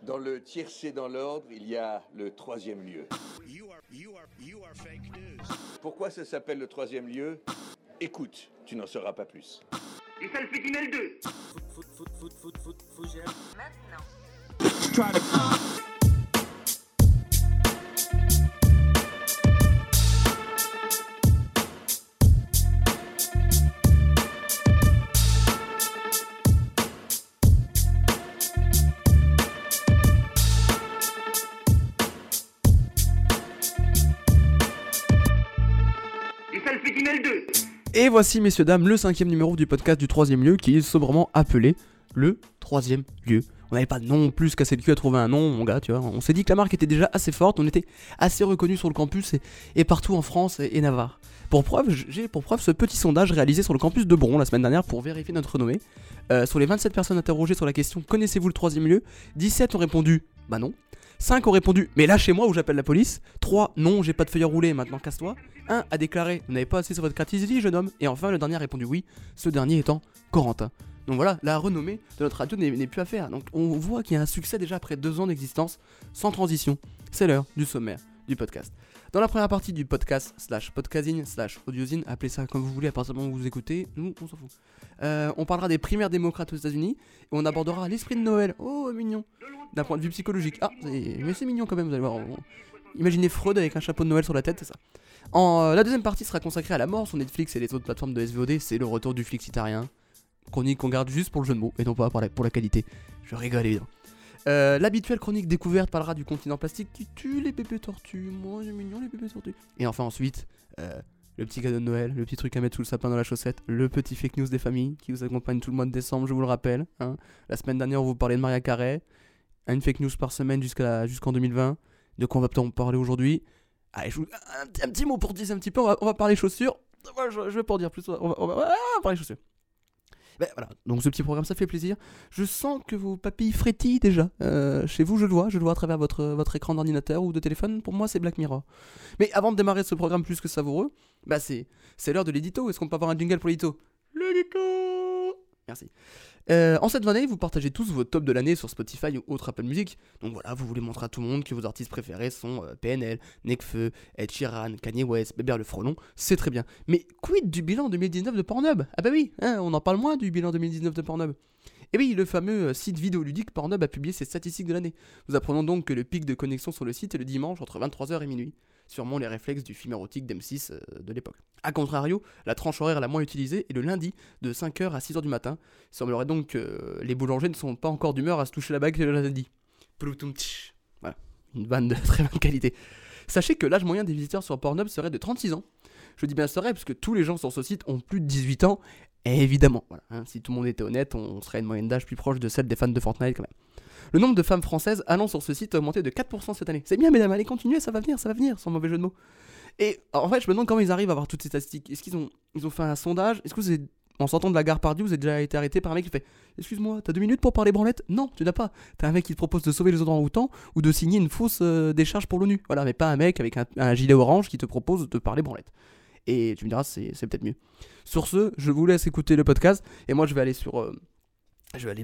Dans le tiercé dans l'ordre, il y a le troisième lieu. Pourquoi ça s'appelle le troisième lieu ? Écoute, tu n'en sauras pas plus. Et ça le fait Guinel 2. Maintenant. Et ça le fait Guinel 2. Et voici, messieurs, dames, le 5e numéro du podcast du troisième lieu qui est sobrement appelé le troisième lieu. On n'avait pas non plus cassé le cul à trouver un nom, mon gars, tu vois. On s'est dit que la marque était déjà assez forte, on était assez reconnu sur le campus et partout en France et Navarre. J'ai pour preuve ce petit sondage réalisé sur le campus de Bron la semaine dernière pour vérifier notre renommée. Sur les 27 personnes interrogées sur la question « Connaissez-vous le troisième lieu ?», 17 ont répondu « Bah non ». 5 ont répondu « Mais lâchez-moi ou j'appelle la police ». 3 « Non, j'ai pas de feuille à rouler, maintenant casse-toi ». 1 a déclaré « Vous n'avez pas assez sur votre carte-vie, jeune homme ». Et enfin, le dernier a répondu « Oui », ce dernier étant Corentin. Donc voilà, la renommée de notre radio n'est plus à faire. Donc on voit qu'il y a un succès déjà après 2 ans d'existence, sans transition. C'est l'heure du sommaire du podcast. Dans la première partie du podcast /podcasting /audiosine, appelez ça comme vous voulez à partir du moment où vous écoutez, nous on s'en fout. On parlera des primaires démocrates aux États-Unis et on abordera l'esprit de Noël. Oh, mignon. D'un point de vue psychologique. Ah, mais c'est mignon quand même, vous allez voir. Imaginez Freud avec un chapeau de Noël sur la tête, c'est ça. La deuxième partie sera consacrée à la mort sur Netflix et les autres plateformes de SVOD. C'est le retour du flixitarien. Chronique qu'on garde juste pour le jeu de mots et non pas pour la qualité. Je rigole évidemment. L'habituelle chronique découverte parlera du continent plastique qui tue les bébés tortues. Moi j'ai mignon les bébés tortues. Et enfin ensuite, le petit cadeau de Noël, le petit truc à mettre sous le sapin dans la chaussette, le petit fake news des familles qui vous accompagne tout le mois de décembre, je vous le rappelle. La semaine dernière on vous parlait de Maria Carey, une fake news par semaine jusqu'en 2020. De quoi on va peut-être parler aujourd'hui. Allez, un petit mot pour dire un petit peu, on va parler chaussures. Je vais pas en dire plus, on va parler chaussures. Ben voilà, donc ce petit programme ça fait plaisir. Je sens que vos papilles frétillent déjà. Chez vous je le vois à travers votre écran d'ordinateur ou de téléphone. Pour moi c'est Black Mirror. Mais avant de démarrer ce programme plus que savoureux, bah c'est l'heure de l'édito. Est-ce qu'on peut avoir un jingle pour l'édito ? L'édito. Merci. En cette année, vous partagez tous vos tops de l'année sur Spotify ou autre Apple Music. Donc voilà, vous voulez montrer à tout le monde que vos artistes préférés sont PNL, Nekfeu, Ed Sheeran, Kanye West, Bébert le Frelon, c'est très bien. Mais quid du bilan 2019 de Pornhub ? Ah bah oui, on en parle moins du bilan 2019 de Pornhub. Et oui, le fameux site vidéoludique Pornhub a publié ses statistiques de l'année. Nous apprenons donc que le pic de connexion sur le site est le dimanche entre 23h et minuit. Sûrement les réflexes du film érotique d'M6 de l'époque. A contrario, la tranche horaire la moins utilisée est le lundi de 5h à 6h du matin. Il semblerait donc que les boulangers ne sont pas encore d'humeur à se toucher la bague le lundi. Voilà, une vanne de très bonne qualité. Sachez que l'âge moyen des visiteurs sur Pornhub serait de 36 ans. Je dis bien serait parce que tous les gens sur ce site ont plus de 18 ans. Et évidemment, voilà, si tout le monde était honnête, on serait à une moyenne d'âge plus proche de celle des fans de Fortnite quand même. Le nombre de femmes françaises allant sur ce site a augmenté de 4% cette année. C'est bien mesdames, allez continuez, ça va venir, sans mauvais jeu de mots. Et en fait, je me demande comment ils arrivent à avoir toutes ces statistiques. Est-ce qu'ils ont fait un sondage ? Est-ce que vous êtes, en sortant de la gare Pardieu, vous avez déjà été arrêté par un mec qui fait « Excuse-moi, t'as 2 minutes pour parler branlette ?» Non, tu n'as pas. T'as un mec qui te propose de sauver les orang-outans ou de signer une fausse décharge pour l'ONU. Voilà, mais pas un mec avec un gilet orange qui te propose de parler branlette. Et tu me diras, c'est peut-être mieux. Sur ce, je vous laisse écouter le podcast et moi je vais aller sur... Je vais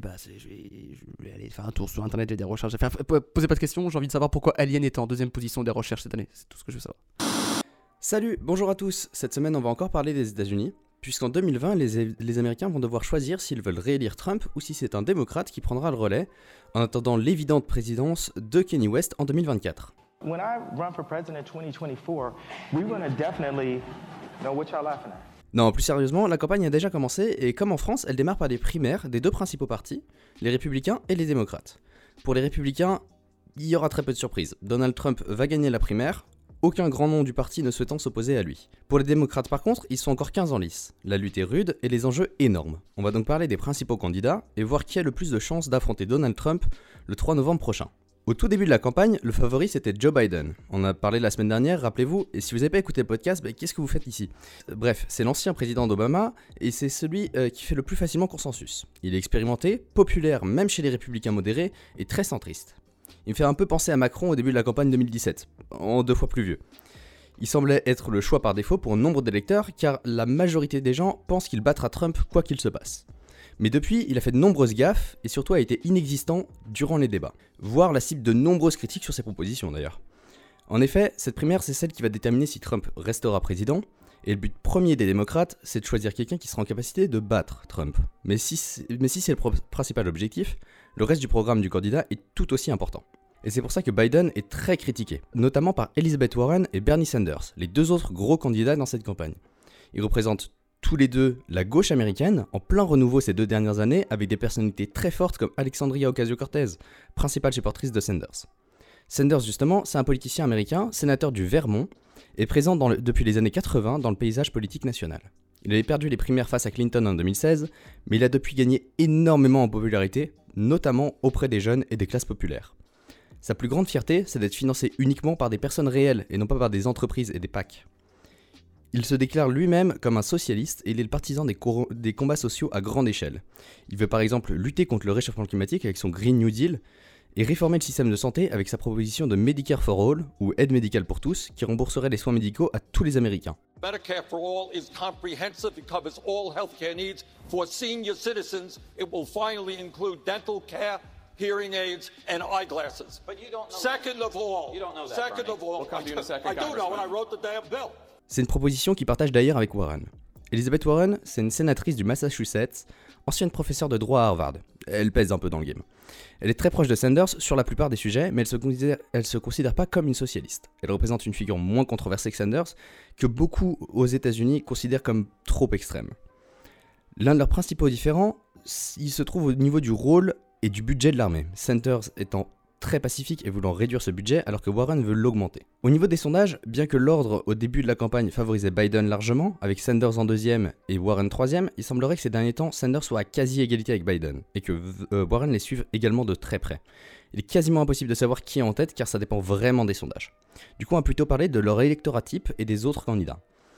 aller faire un tour sur internet, j'ai des recherches à faire. Posez pas de questions, j'ai envie de savoir pourquoi Alien était en 2e position des recherches cette année. C'est tout ce que je veux savoir. Salut, bonjour à tous. Cette semaine, on va encore parler des États-Unis, puisqu'en 2020, les Américains vont devoir choisir s'ils veulent réélire Trump ou si c'est un démocrate qui prendra le relais, en attendant l'évidente présidence de Kanye West en 2024. When I run for president in 2024, we're going to definitely know what y'all laughing at. Non, plus sérieusement, la campagne a déjà commencé et comme en France, elle démarre par des primaires des 2 principaux partis, les républicains et les démocrates. Pour les républicains, il y aura très peu de surprises. Donald Trump va gagner la primaire, aucun grand nom du parti ne souhaitant s'opposer à lui. Pour les démocrates par contre, ils sont encore 15 en lice. La lutte est rude et les enjeux énormes. On va donc parler des principaux candidats et voir qui a le plus de chances d'affronter Donald Trump le 3 novembre prochain. Au tout début de la campagne, le favori c'était Joe Biden. On en a parlé la semaine dernière, rappelez-vous, et si vous n'avez pas écouté le podcast, qu'est-ce que vous faites ici ? Bref, c'est l'ancien président d'Obama, et c'est celui qui fait le plus facilement consensus. Il est expérimenté, populaire même chez les républicains modérés, et très centriste. Il me fait un peu penser à Macron au début de la campagne 2017, en 2 fois plus vieux. Il semblait être le choix par défaut pour nombre d'électeurs, car la majorité des gens pensent qu'il battra Trump quoi qu'il se passe. Mais depuis, il a fait de nombreuses gaffes et surtout a été inexistant durant les débats, voire la cible de nombreuses critiques sur ses propositions d'ailleurs. En effet, cette primaire, c'est celle qui va déterminer si Trump restera président, et le but premier des démocrates, c'est de choisir quelqu'un qui sera en capacité de battre Trump. Mais si c'est le principal objectif, le reste du programme du candidat est tout aussi important. Et c'est pour ça que Biden est très critiqué, notamment par Elizabeth Warren et Bernie Sanders, les deux autres gros candidats dans cette campagne. Ils représentent tous les deux la gauche américaine, en plein renouveau ces 2 dernières années, avec des personnalités très fortes comme Alexandria Ocasio-Cortez, principale supportrice de Sanders. Sanders, justement, c'est un politicien américain, sénateur du Vermont, et présent depuis les années 80 dans le paysage politique national. Il avait perdu les primaires face à Clinton en 2016, mais il a depuis gagné énormément en popularité, notamment auprès des jeunes et des classes populaires. Sa plus grande fierté, c'est d'être financé uniquement par des personnes réelles et non pas par des entreprises et des PAC. Il se déclare lui-même comme un socialiste et il est le partisan des combats sociaux à grande échelle. Il veut par exemple lutter contre le réchauffement climatique avec son Green New Deal et réformer le système de santé avec sa proposition de Medicare for All, ou aide médicale pour tous, qui rembourserait les soins médicaux à tous les Américains. Medicare for All is comprehensive. It covers all healthcare needs for senior citizens. It will finally include dental care, hearing aids, and eyeglasses. But you don't know Second that. of all, You don't know that, second Bernie. of all, We'll come to you in a second, I do know, and I Congressman. wrote the damn bill. C'est une proposition qu'il partage d'ailleurs avec Warren. Elizabeth Warren, c'est une sénatrice du Massachusetts, ancienne professeure de droit à Harvard. Elle pèse un peu dans le game. Elle est très proche de Sanders sur la plupart des sujets, mais elle se considère pas comme une socialiste. Elle représente une figure moins controversée que Sanders, que beaucoup aux États-Unis considèrent comme trop extrême. L'un de leurs principaux différends, il se trouve au niveau du rôle et du budget de l'armée, Sanders étant très pacifique et voulant réduire ce budget alors que Warren veut l'augmenter. Au niveau des sondages, bien que l'ordre au début de la campagne favorisait Biden largement, avec Sanders en 2e et Warren 3e, il semblerait que ces derniers temps, Sanders soit à quasi-égalité avec Biden, et que Warren les suive également de très près. Il est quasiment impossible de savoir qui est en tête car ça dépend vraiment des sondages. Du coup, on va plutôt parler de leur électorat type et des autres candidats.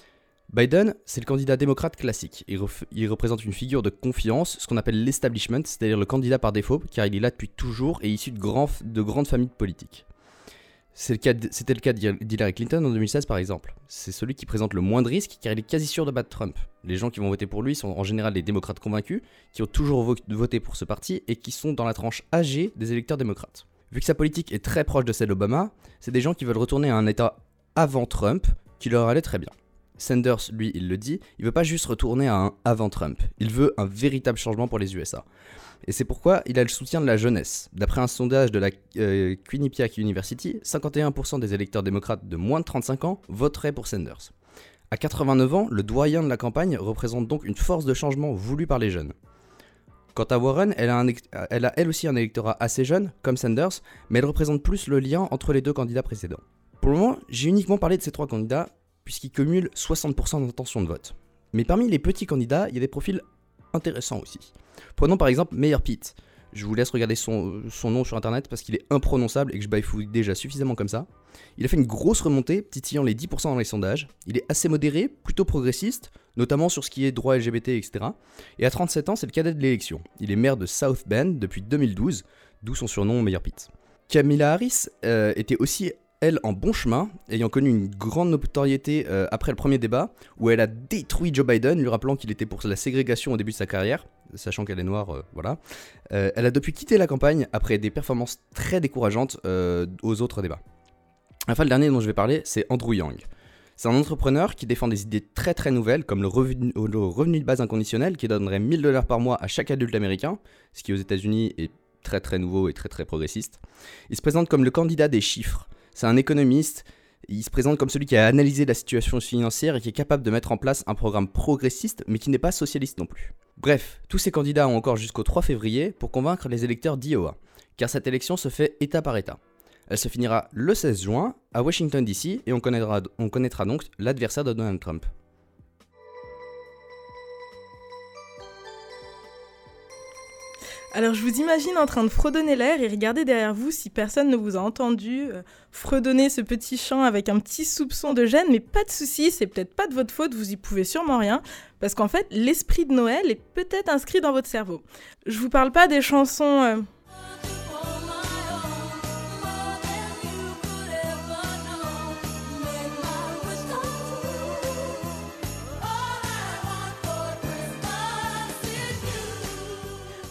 Biden, c'est le candidat démocrate classique. Il représente une figure de confiance, ce qu'on appelle l'establishment, c'est-à-dire le candidat par défaut, car il est là depuis toujours et issu de grandes familles politiques. C'était le cas d'Hillary Clinton en 2016 par exemple. C'est celui qui présente le moins de risques car il est quasi sûr de battre Trump. Les gens qui vont voter pour lui sont en général des démocrates convaincus, qui ont toujours voté pour ce parti et qui sont dans la tranche âgée des électeurs démocrates. Vu que sa politique est très proche de celle d'Obama, c'est des gens qui veulent retourner à un état avant Trump, qui leur allait très bien. Sanders, lui, il le dit, il veut pas juste retourner à un avant Trump, il veut un véritable changement pour les USA. Et c'est pourquoi il a le soutien de la jeunesse. D'après un sondage de la Quinnipiac University, 51% des électeurs démocrates de moins de 35 ans voteraient pour Sanders. À 89 ans, le doyen de la campagne représente donc une force de changement voulue par les jeunes. Quant à Warren, elle a elle aussi un électorat assez jeune, comme Sanders, mais elle représente plus le lien entre les deux candidats précédents. Pour le moment, j'ai uniquement parlé de ces 3 candidats, puisqu'ils cumulent 60% d'intention de vote. Mais parmi les petits candidats, il y a des profils intéressants aussi. Prenons par exemple Mayor Pete. Je vous laisse regarder son nom sur internet parce qu'il est imprononçable et que je bafouille déjà suffisamment comme ça. Il a fait une grosse remontée, titillant les 10% dans les sondages. Il est assez modéré, plutôt progressiste, notamment sur ce qui est droit LGBT, etc. Et à 37 ans, c'est le cadet de l'élection. Il est maire de South Bend depuis 2012, d'où son surnom Mayor Pete. Kamala Harris était aussi elle en bon chemin, ayant connu une grande notoriété après le premier débat, où elle a détruit Joe Biden, lui rappelant qu'il était pour la ségrégation au début de sa carrière, sachant qu'elle est noire, voilà. Elle a depuis quitté la campagne après des performances très décourageantes aux autres débats. Enfin, le dernier dont je vais parler, c'est Andrew Yang. C'est un entrepreneur qui défend des idées très très nouvelles, comme le revenu de base inconditionnel, qui donnerait $1000 par mois à chaque adulte américain, ce qui aux États-Unis est très très nouveau et très très progressiste. Il se présente comme le candidat des chiffres. C'est un économiste, il se présente comme celui qui a analysé la situation financière et qui est capable de mettre en place un programme progressiste, mais qui n'est pas socialiste non plus. Bref, tous ces candidats ont encore jusqu'au 3 février pour convaincre les électeurs d'Iowa, car cette élection se fait État par État. Elle se finira le 16 juin à Washington DC et on connaîtra donc l'adversaire de Donald Trump. Alors je vous imagine en train de fredonner l'air et regarder derrière vous si personne ne vous a entendu fredonner ce petit chant avec un petit soupçon de gêne, mais pas de souci, c'est peut-être pas de votre faute, vous y pouvez sûrement rien, parce qu'en fait l'esprit de Noël est peut-être inscrit dans votre cerveau. Je vous parle pas des chansons...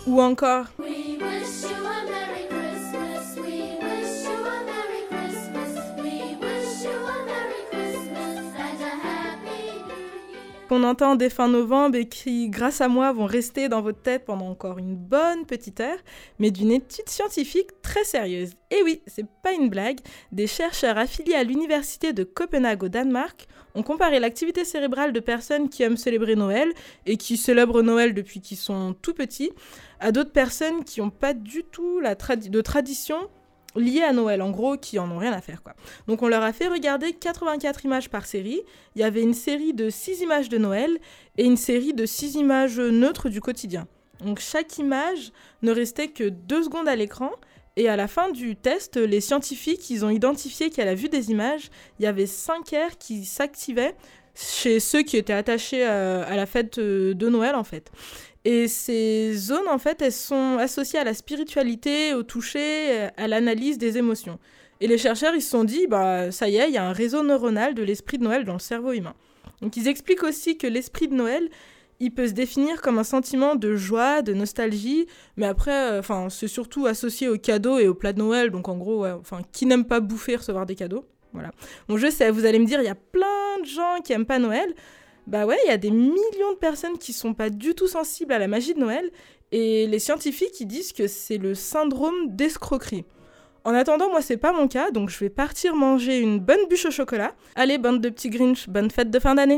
Ou encore We wish you a Merry Christmas. We wish you a Merry Christmas. We wish you a Merry Christmas and a Happy New Year. qu'on entend dès fin novembre et qui, grâce à moi, vont rester dans votre tête pendant encore une bonne petite heure, mais d'une étude scientifique très sérieuse. Et oui, c'est pas une blague, des chercheurs affiliés à l'université de Copenhague au Danemark ont comparé l'activité cérébrale de personnes qui aiment célébrer Noël et qui célèbrent Noël depuis qu'ils sont tout petits à d'autres personnes qui n'ont pas du tout de tradition liées à Noël, en gros, qui en ont rien à faire, quoi. Donc on leur a fait regarder 84 images par série. Il y avait une série de 6 images de Noël et une série de 6 images neutres du quotidien. Donc chaque image ne restait que 2 secondes à l'écran. Et à la fin du test, les scientifiques, ils ont identifié qu'à la vue des images, il y avait 5 aires qui s'activaient chez ceux qui étaient attachés à la fête de Noël, en fait. Et ces zones, en fait, elles sont associées à la spiritualité, au toucher, à l'analyse des émotions. Et les chercheurs, ils se sont dit, ça y est, il y a un réseau neuronal de l'esprit de Noël dans le cerveau humain. Donc ils expliquent aussi que l'esprit de Noël, il peut se définir comme un sentiment de joie, de nostalgie, mais après, c'est surtout associé aux cadeaux et aux plats de Noël, donc en gros, qui n'aime pas bouffer, recevoir des cadeaux, voilà. Bon, je sais, vous allez me dire, il y a plein de gens qui aiment pas Noël. Bah ouais, il y a des millions de personnes qui sont pas du tout sensibles à la magie de Noël, et les scientifiques, ils disent que c'est le syndrome d'escroquerie. En attendant, moi, c'est pas mon cas, donc je vais partir manger une bonne bûche au chocolat. Allez, bande de petits Grinch, bonne fête de fin d'année.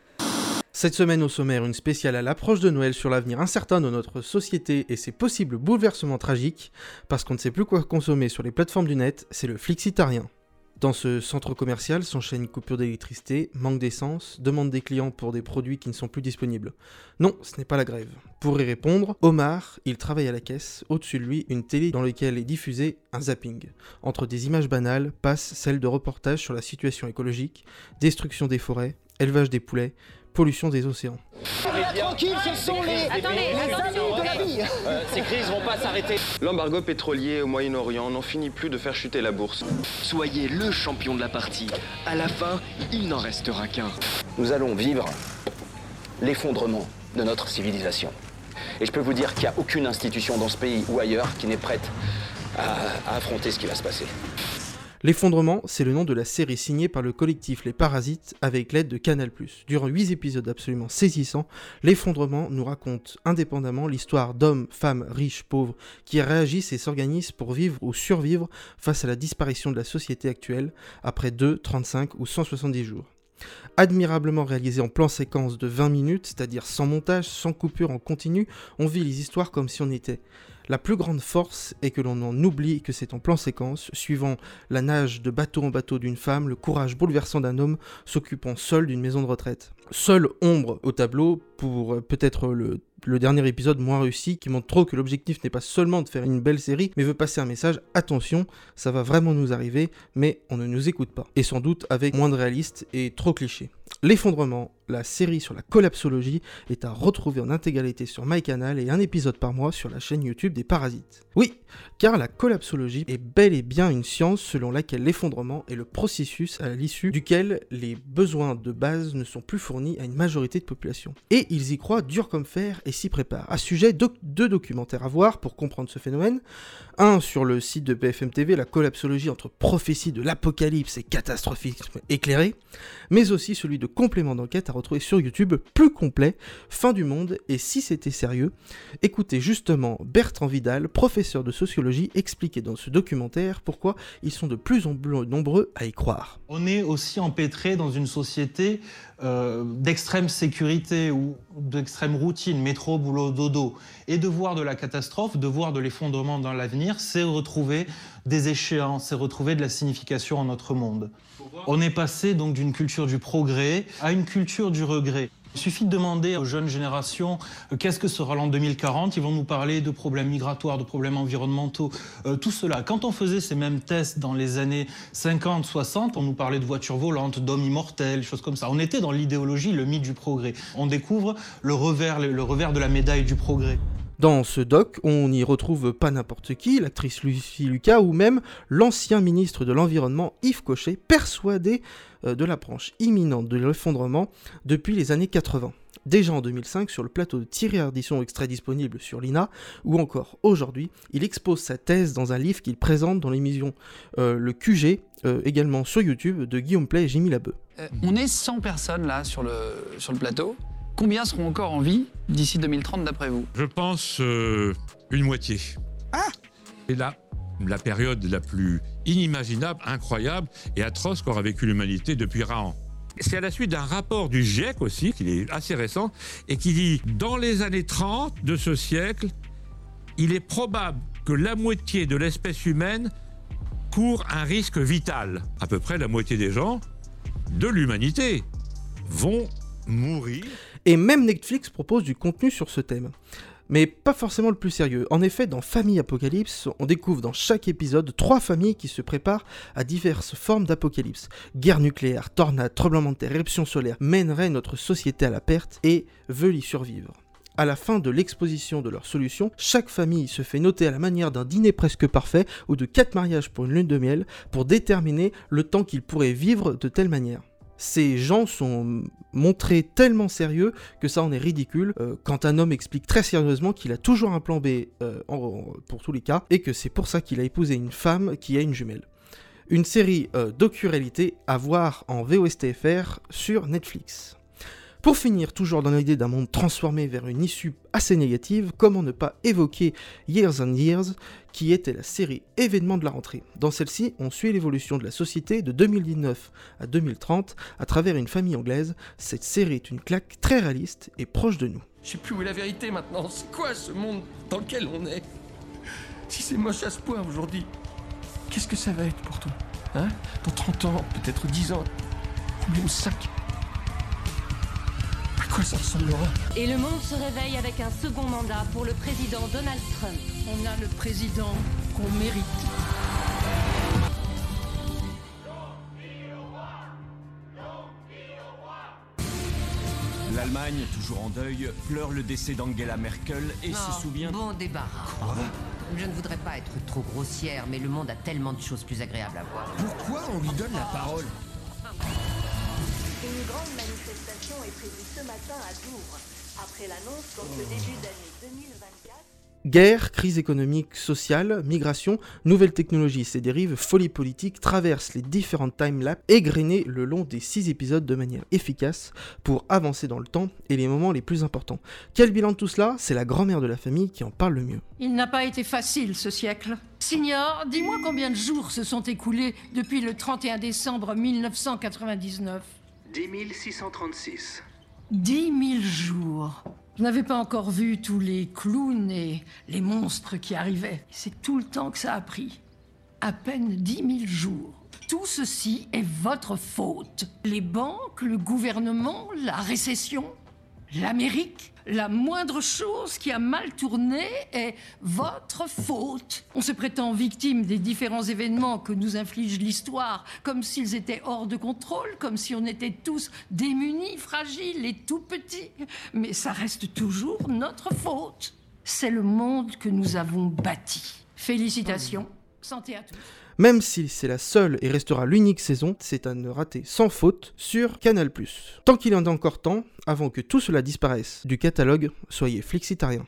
Cette semaine au sommaire, une spéciale à l'approche de Noël sur l'avenir incertain de notre société et ses possibles bouleversements tragiques, parce qu'on ne sait plus quoi consommer sur les plateformes du net, c'est le flixitarien. Dans ce centre commercial s'enchaînent coupures d'électricité, manque d'essence, demande des clients pour des produits qui ne sont plus disponibles. Non, ce n'est pas la grève. Pour y répondre, Omar, il travaille à la caisse, au-dessus de lui une télé dans laquelle est diffusé un zapping. Entre des images banales passent celles de reportages sur la situation écologique, destruction des forêts, élevage des poulets, pollution des océans. Tranquille, ce sont les amis de la vie. Ces crises vont pas s'arrêter. L'embargo pétrolier au Moyen-Orient n'en finit plus de faire chuter la bourse. Soyez le champion de la partie. À la fin, il n'en restera qu'un. Nous allons vivre l'effondrement de notre civilisation. Et je peux vous dire qu'il n'y a aucune institution dans ce pays ou ailleurs qui n'est prête à affronter ce qui va se passer. L'effondrement, c'est le nom de la série signée par le collectif Les Parasites avec l'aide de Canal+. Durant 8 épisodes absolument saisissants, L'effondrement nous raconte indépendamment l'histoire d'hommes, femmes, riches, pauvres, qui réagissent et s'organisent pour vivre ou survivre face à la disparition de la société actuelle après 2, 35 ou 170 jours. Admirablement réalisé en plan séquence de 20 minutes, c'est-à-dire sans montage, sans coupure en continu, on vit les histoires comme si on était. La plus grande force est que l'on en oublie que c'est en plan séquence, suivant la nage de bateau en bateau d'une femme, le courage bouleversant d'un homme s'occupant seul d'une maison de retraite. Seule ombre au tableau pour peut-être le dernier épisode moins réussi qui montre trop que l'objectif n'est pas seulement de faire une belle série, mais veut passer un message, attention, ça va vraiment nous arriver, mais on ne nous écoute pas. Et sans doute avec moins de réalistes et trop clichés. L'effondrement, la série sur la collapsologie, est à retrouver en intégralité sur MyCanal et un épisode par mois sur la chaîne YouTube des Parasites. Oui, car la collapsologie est bel et bien une science selon laquelle l'effondrement est le processus à l'issue duquel les besoins de base ne sont plus fournis à une majorité de population. Et ils y croient dur comme fer et s'y préparent. À ce sujet, 2 documentaires à voir pour comprendre ce phénomène. Un sur le site de BFM TV, la collapsologie entre prophétie de l'apocalypse et catastrophisme éclairé, mais aussi celui de complément d'enquête à retrouver sur YouTube, plus complet, Fin du monde et si c'était sérieux. Écoutez justement Bertrand Vidal, professeur de sociologie, expliquer dans ce documentaire pourquoi ils sont de plus en plus nombreux à y croire. On est aussi empêtré dans une société d'extrême sécurité ou d'extrême routine, métro, boulot, dodo. Et de voir de la catastrophe, de voir de l'effondrement dans l'avenir, c'est retrouver des échéances, c'est retrouver de la signification en notre monde. On est passé donc d'une culture du progrès à une culture du regret. Il suffit de demander aux jeunes générations qu'est-ce que sera l'an 2040. Ils vont nous parler de problèmes migratoires, de problèmes environnementaux, tout cela. Quand on faisait ces mêmes tests dans les années 50, 60, on nous parlait de voitures volantes, d'hommes immortels, choses comme ça. On était dans l'idéologie, le mythe du progrès. On découvre le revers de la médaille du progrès. Dans ce doc, on y retrouve pas n'importe qui, l'actrice Lucie Lucas ou même l'ancien ministre de l'Environnement Yves Cochet, persuadé de l'approche imminente de l'effondrement depuis les années 80. Déjà en 2005 sur le plateau de Thierry Ardisson, extrait disponible sur l'INA, ou encore aujourd'hui, il expose sa thèse dans un livre qu'il présente dans l'émission Le QG, également sur YouTube, de Guillaume Play et Jimmy Labeu. On est 100 personnes là sur le plateau. Combien seront encore en vie d'ici 2030 d'après vous? Je pense une moitié. Ah! Et là, la période la plus inimaginable, incroyable et atroce qu'aura vécu l'humanité depuis Rahan. C'est à la suite d'un rapport du GIEC aussi, qui est assez récent, et qui dit « Dans les années 30 de ce siècle, il est probable que la moitié de l'espèce humaine court un risque vital. » À peu près la moitié des gens de l'humanité vont mourir. Et même Netflix propose du contenu sur ce thème. Mais pas forcément le plus sérieux. En effet, dans Famille Apocalypse, on découvre dans chaque épisode 3 familles qui se préparent à diverses formes d'apocalypse. Guerre nucléaire, tornade, tremblement de terre, éruption solaire mèneraient notre société à la perte et veulent y survivre. À la fin de l'exposition de leurs solutions, chaque famille se fait noter à la manière d'un dîner presque parfait ou de 4 mariages pour une lune de miel pour déterminer le temps qu'ils pourraient vivre de telle manière. Ces gens sont montrés tellement sérieux que ça en est ridicule quand un homme explique très sérieusement qu'il a toujours un plan B pour tous les cas et que c'est pour ça qu'il a épousé une femme qui a une jumelle. Une série docu-réalité à voir en VOSTFR sur Netflix. Pour finir, toujours dans l'idée d'un monde transformé vers une issue assez négative, comment ne pas évoquer Years and Years, qui était la série événement de la rentrée. Dans celle-ci, on suit l'évolution de la société de 2019 à 2030 à travers une famille anglaise. Cette série est une claque très réaliste et proche de nous. Je sais plus où est la vérité maintenant. C'est quoi ce monde dans lequel on est? Si c'est moche à ce point aujourd'hui, qu'est-ce que ça va être pour toi? Hein? Dans 30 ans, peut-être 10 ans, combien de sacs? À quoi ça ressemblera? Et le monde se réveille avec un second mandat pour le président Donald Trump. On a le président qu'on mérite. L'Allemagne, toujours en deuil, pleure le décès d'Angela Merkel et se souvient... Bon débarras. Quoi? Je ne voudrais pas être trop grossière, mais le monde a tellement de choses plus agréables à voir. Pourquoi on lui donne la parole? Une grande manifestation est prévue ce matin à Douvres, après l'annonce qu'en ce début d'année 2024... Guerre, crise économique, sociale, migration, nouvelles technologies et ses dérives, folie politique traversent les différentes timelapses égrenées le long des 6 épisodes de manière efficace pour avancer dans le temps et les moments les plus importants. Quel bilan de tout cela? C'est la grand-mère de la famille qui en parle le mieux. Il n'a pas été facile ce siècle. Signor, dis-moi combien de jours se sont écoulés depuis le 31 décembre 1999? 10 636. 10 000 jours. Je n'avais pas encore vu tous les clowns et les monstres qui arrivaient. C'est tout le temps que ça a pris. À peine 10 000 jours. Tout ceci est votre faute. Les banques, le gouvernement, la récession, l'Amérique, la moindre chose qui a mal tourné est votre faute. On se prétend victime des différents événements que nous inflige l'histoire, comme s'ils étaient hors de contrôle, comme si on était tous démunis, fragiles et tout petits. Mais ça reste toujours notre faute. C'est le monde que nous avons bâti. Félicitations. Santé à tous. Même si c'est la seule et restera l'unique saison, c'est à ne rater sans faute sur Canal+. Tant qu'il en a encore temps, avant que tout cela disparaisse du catalogue, soyez flexitariens.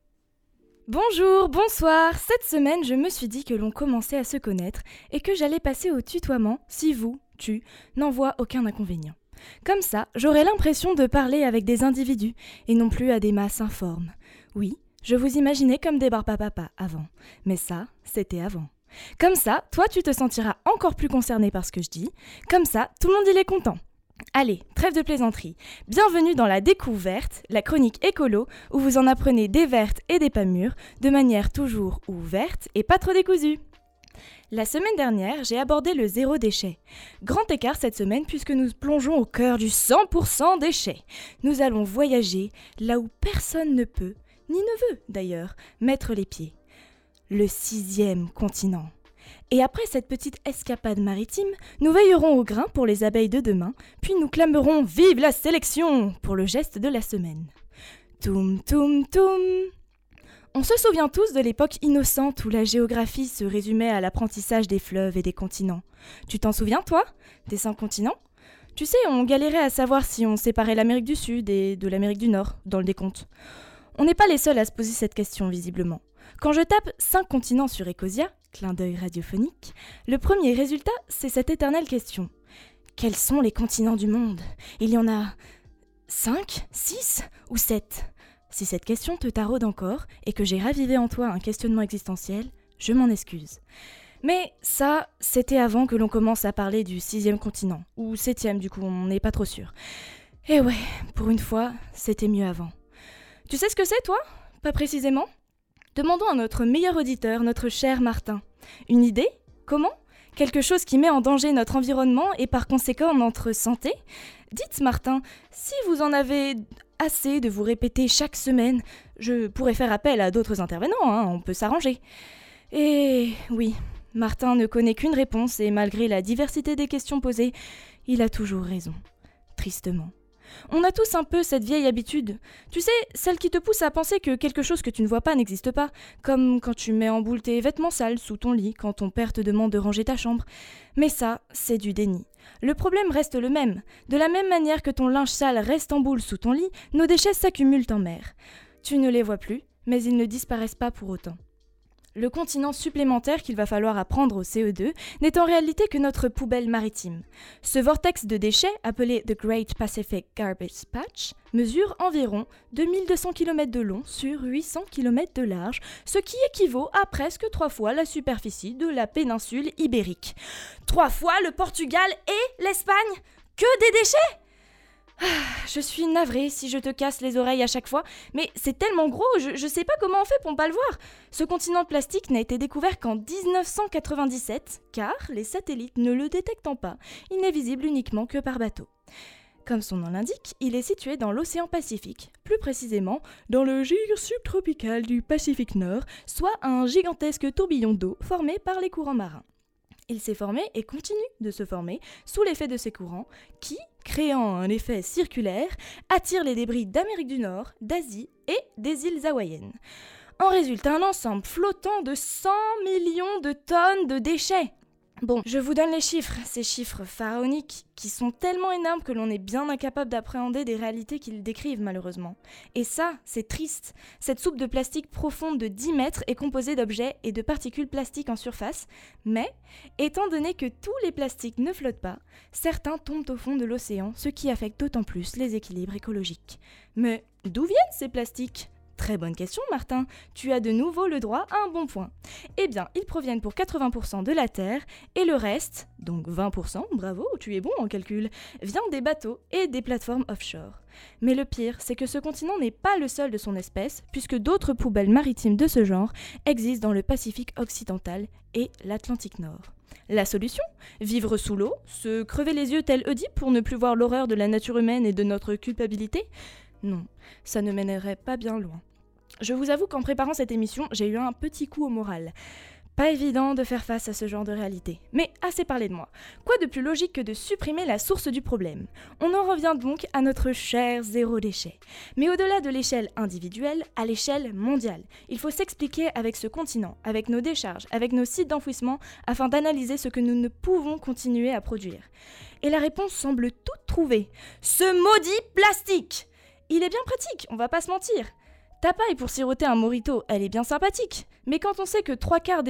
Bonjour, bonsoir. Cette semaine, je me suis dit que l'on commençait à se connaître et que j'allais passer au tutoiement si vous, tu, n'en vois aucun inconvénient. Comme ça, j'aurais l'impression de parler avec des individus et non plus à des masses informes. Oui, je vous imaginais comme des barbapapas avant, mais ça, c'était avant. Comme ça, toi tu te sentiras encore plus concerné par ce que je dis. Comme ça, tout le monde il est content. Allez, trêve de plaisanterie. Bienvenue dans la découverte, la chronique écolo, où vous en apprenez des vertes et des pas mûres, de manière toujours ouverte et pas trop décousue. La semaine dernière, j'ai abordé le zéro déchet. Grand écart cette semaine puisque nous plongeons au cœur du 100% déchet. Nous allons voyager là où personne ne peut, ni ne veut d'ailleurs, mettre les pieds. Le 6e continent. Et après cette petite escapade maritime, nous veillerons au grain pour les abeilles de demain, puis nous clamerons « Vive la sélection !» pour le geste de la semaine. Toum toum toum. On se souvient tous de l'époque innocente où la géographie se résumait à l'apprentissage des fleuves et des continents. Tu t'en souviens, toi, des 5 continents ? Tu sais, on galérait à savoir si on séparait l'Amérique du Sud et de l'Amérique du Nord dans le décompte. On n'est pas les seuls à se poser cette question, visiblement. Quand je tape 5 continents sur Ecosia, clin d'œil radiophonique, le premier résultat, c'est cette éternelle question. Quels sont les continents du monde ? Il y en a 5, 6 ou 7 ? Si cette question te taraude encore et que j'ai ravivé en toi un questionnement existentiel, je m'en excuse. Mais ça, c'était avant que l'on commence à parler du 6e continent, ou 7e du coup, on n'est pas trop sûr. Et ouais, pour une fois, c'était mieux avant. Tu sais ce que c'est, toi ? Pas précisément ? Demandons à notre meilleur auditeur, notre cher Martin. Une idée ? Comment ? Quelque chose qui met en danger notre environnement et par conséquent notre santé ? Dites, Martin, si vous en avez assez de vous répéter chaque semaine, je pourrais faire appel à d'autres intervenants, on peut s'arranger. Et oui, Martin ne connaît qu'une réponse et malgré la diversité des questions posées, il a toujours raison. Tristement. On a tous un peu cette vieille habitude. Tu sais, celle qui te pousse à penser que quelque chose que tu ne vois pas n'existe pas, comme quand tu mets en boule tes vêtements sales sous ton lit quand ton père te demande de ranger ta chambre. Mais ça, c'est du déni. Le problème reste le même. De la même manière que ton linge sale reste en boule sous ton lit, nos déchets s'accumulent en mer. Tu ne les vois plus, mais ils ne disparaissent pas pour autant. Le continent supplémentaire qu'il va falloir apprendre au CE2 n'est en réalité que notre poubelle maritime. Ce vortex de déchets, appelé The Great Pacific Garbage Patch, mesure environ 2200 km de long sur 800 km de large, ce qui équivaut à presque 3 fois la superficie de la péninsule ibérique. 3 fois le Portugal et l'Espagne ? Que des déchets ? Je suis navrée si je te casse les oreilles à chaque fois, mais c'est tellement gros, je sais pas comment on fait pour ne pas le voir. Ce continent de plastique n'a été découvert qu'en 1997, car les satellites ne le détectant pas, il n'est visible uniquement que par bateau. Comme son nom l'indique, il est situé dans l'océan Pacifique, plus précisément dans le gire subtropical du Pacifique Nord, soit un gigantesque tourbillon d'eau formé par les courants marins. Il s'est formé et continue de se former sous l'effet de ces courants qui, créant un effet circulaire, attirent les débris d'Amérique du Nord, d'Asie et des îles hawaïennes. En résulte un ensemble flottant de 100 millions de tonnes de déchets. Bon, je vous donne les chiffres, ces chiffres pharaoniques qui sont tellement énormes que l'on est bien incapable d'appréhender des réalités qu'ils décrivent malheureusement. Et ça, c'est triste. Cette soupe de plastique profonde de 10 mètres est composée d'objets et de particules plastiques en surface, mais étant donné que tous les plastiques ne flottent pas, certains tombent au fond de l'océan, ce qui affecte d'autant plus les équilibres écologiques. Mais d'où viennent ces plastiques ? Très bonne question, Martin. Tu as de nouveau le droit à un bon point. Eh bien, ils proviennent pour 80% de la Terre et le reste, donc 20%, bravo, tu es bon en calcul, vient des bateaux et des plateformes offshore. Mais le pire, c'est que ce continent n'est pas le seul de son espèce, puisque d'autres poubelles maritimes de ce genre existent dans le Pacifique occidental et l'Atlantique Nord. La solution ? Vivre sous l'eau, se crever les yeux tel Oedipe pour ne plus voir l'horreur de la nature humaine et de notre culpabilité ? Non, ça ne mènerait pas bien loin. Je vous avoue qu'en préparant cette émission, j'ai eu un petit coup au moral. Pas évident de faire face à ce genre de réalité. Mais assez parlé de moi. Quoi de plus logique que de supprimer la source du problème ? On en revient donc à notre cher zéro déchet. Mais au-delà de l'échelle individuelle, à l'échelle mondiale. Il faut s'expliquer avec ce continent, avec nos décharges, avec nos sites d'enfouissement, afin d'analyser ce que nous ne pouvons continuer à produire. Et la réponse semble toute trouvée. Ce maudit plastique ! Il est bien pratique, on va pas se mentir. Ta paille pour siroter un mojito, elle est bien sympathique. Mais quand on sait que 3/4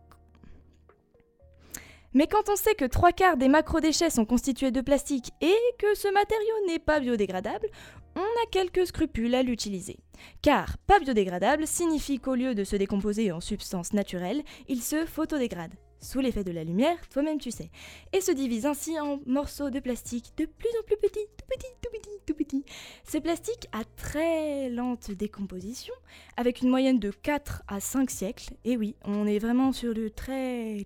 des macrodéchets sont constitués de plastique et que ce matériau n'est pas biodégradable, on a quelques scrupules à l'utiliser. Car pas biodégradable signifie qu'au lieu de se décomposer en substance naturelle, il se photodégrade. Sous l'effet de la lumière, toi-même tu sais, et se divise ainsi en morceaux de plastique de plus en plus petits, tout petits. Ces plastiques à très lente décomposition, avec une moyenne de 4 à 5 siècles, et oui, on est vraiment sur le très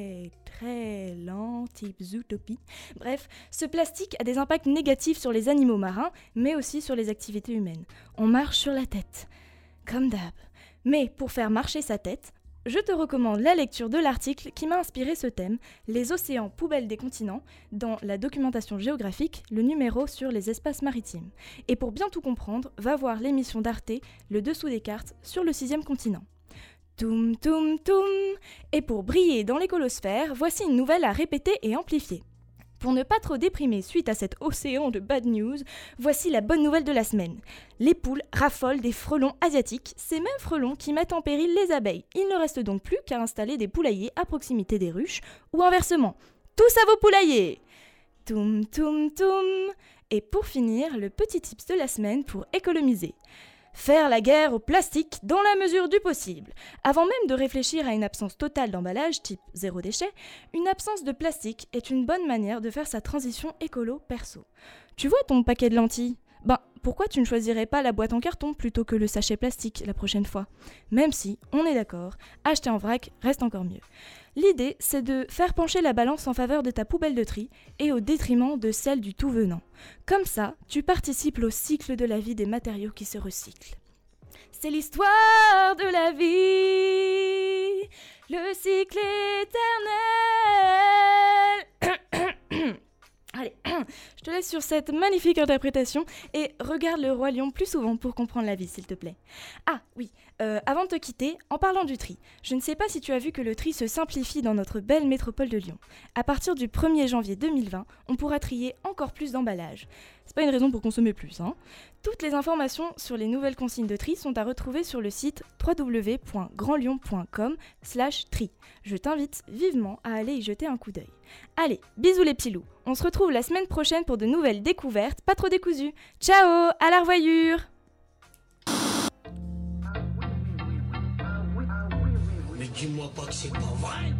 lent type Zootopie. Bref, ce plastique a des impacts négatifs sur les animaux marins, mais aussi sur les activités humaines. On marche sur la tête, comme d'hab. Mais pour faire marcher sa tête, je te recommande la lecture de l'article qui m'a inspiré ce thème, Les océans poubelles des continents, dans la documentation géographique, le numéro sur les espaces maritimes. Et pour bien tout comprendre, va voir l'émission d'Arte, Le dessous des cartes, sur le 6e continent. Toum toum toum. Et pour briller dans l'écolosphère, voici une nouvelle à répéter et amplifier. Pour ne pas trop déprimer suite à cet océan de bad news, voici la bonne nouvelle de la semaine. Les poules raffolent des frelons asiatiques, ces mêmes frelons qui mettent en péril les abeilles. Il ne reste donc plus qu'à installer des poulaillers à proximité des ruches, ou inversement. Tous à vos poulaillers! Toum toum toum. Et pour finir, le petit tips de la semaine pour économiser. Faire la guerre au plastique dans la mesure du possible. Avant même de réfléchir à une absence totale d'emballage, type zéro déchet, une absence de plastique est une bonne manière de faire sa transition écolo perso. Tu vois ton paquet de lentilles ? Pourquoi tu ne choisirais pas la boîte en carton plutôt que le sachet plastique la prochaine fois ? Même si, on est d'accord, acheter en vrac reste encore mieux. L'idée, c'est de faire pencher la balance en faveur de ta poubelle de tri et au détriment de celle du tout venant. Comme ça, tu participes au cycle de la vie des matériaux qui se recyclent. C'est l'histoire de la vie, le cycle éternel. Allez, je te laisse sur cette magnifique interprétation et regarde le Roi Lion plus souvent pour comprendre la vie, s'il te plaît. Ah oui, avant de te quitter, en parlant du tri, je ne sais pas si tu as vu que le tri se simplifie dans notre belle métropole de Lyon. À partir du 1er janvier 2020, on pourra trier encore plus d'emballages. C'est pas une raison pour consommer plus, hein. Toutes les informations sur les nouvelles consignes de tri sont à retrouver sur le site www.grandlyon.com/tri. Je t'invite vivement à aller y jeter un coup d'œil. Allez, bisous les petits loups. On se retrouve la semaine prochaine pour de nouvelles découvertes, pas trop décousues. Ciao, à la revoyure. Mais dis-moi pas que c'est pas vrai.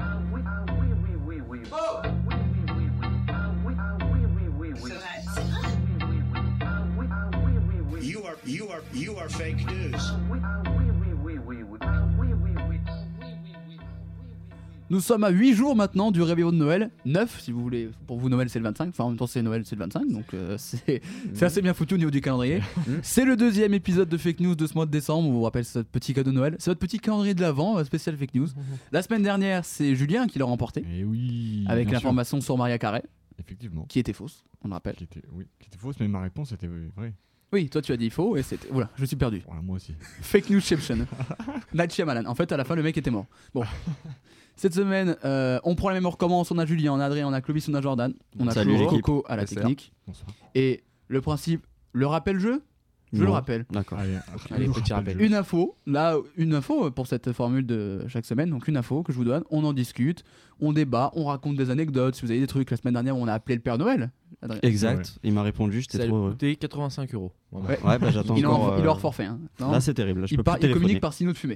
You are fake news. Nous sommes à 8 jours maintenant du réveillon de Noël. 9 si vous voulez. Pour vous, Noël c'est le 25. Enfin, en même temps, c'est Noël, c'est le 25. Donc c'est assez bien foutu au niveau du calendrier. C'est le 2e épisode de Fake News de ce mois de décembre. On vous rappelle, c'est notre petit cadeau de Noël. C'est votre petit calendrier de l'Avent, spécial Fake News. La semaine dernière, c'est Julien qui l'a remporté. Et oui. Avec l'information sur Maria Carré. Effectivement. Qui était fausse, on le rappelle. Qui était fausse, mais ma réponse était vraie. Oui, toi tu as dit faux et c'était. Voilà, je suis perdu. Voilà, moi aussi. Fake Newsception. Night Shyamalan. En fait, à la fin, le mec était mort. Bon. Cette semaine, on prend la même, on recommence. On a Julien, on a Adrien, on a Clovis, on a Jordan. On a Coco à la technique. Bonsoir. Et le principe, le rappel-jeu. Je le rappelle. D'accord. Allez, petit rappel. Une info pour cette formule de chaque semaine. Donc une info que je vous donne, on en discute, on débat, on raconte des anecdotes. Si vous avez des trucs, la semaine dernière, on a appelé le Père Noël. Adrien. Exact, ouais. Il m'a répondu, j'étais trop heureux. C'était 85 €. Ouais, bah j'attends encore. Il est hors forfait. Hein. Là c'est terrible, là, je peux plus téléphoner. Il communique par signaux de fumée.